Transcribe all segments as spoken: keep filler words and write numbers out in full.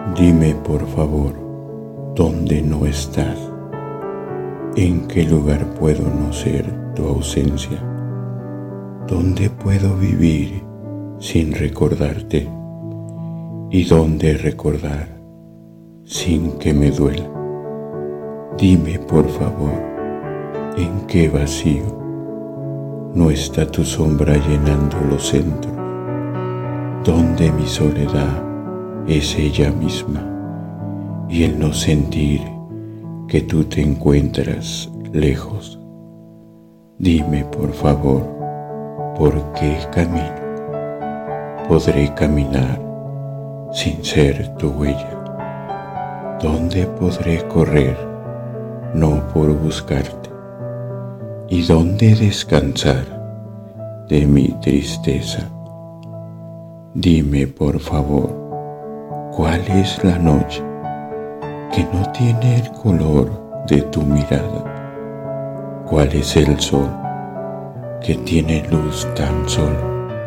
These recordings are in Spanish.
Dime por favor, ¿dónde no estás? ¿En qué lugar puedo no ser tu ausencia? ¿Dónde puedo vivir sin recordarte? ¿Y dónde recordar sin que me duela? Dime por favor, ¿en qué vacío no está tu sombra llenando los centros? ¿Dónde mi soledad es ella misma y el no sentir que tú te encuentras lejos? Dime por favor, ¿por qué camino? ¿Podré caminar sin ser tu huella? ¿Dónde podré correr no por buscarte? ¿Y dónde descansar de mi tristeza? Dime por favor, ¿cuál es la noche que no tiene el color de tu mirada? ¿Cuál es el sol que tiene luz tan solo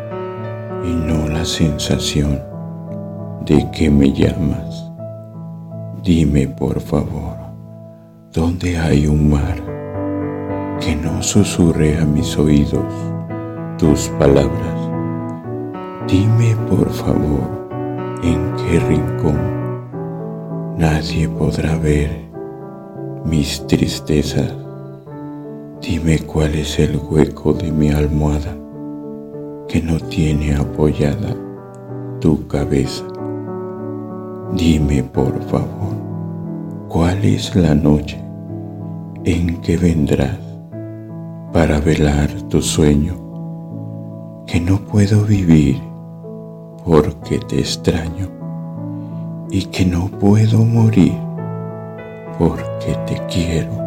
y no la sensación de que me llamas? Dime por favor, ¿dónde hay un mar que no susurre a mis oídos tus palabras? Dime por favor, ¿en qué rincón nadie podrá ver mis tristezas? Dime cuál es el hueco de mi almohada que no tiene apoyada tu cabeza. Dime por favor, ¿cuál es la noche en que vendrás para velar tu sueño? Que no puedo vivir porque te extraño y que no puedo morir porque te quiero.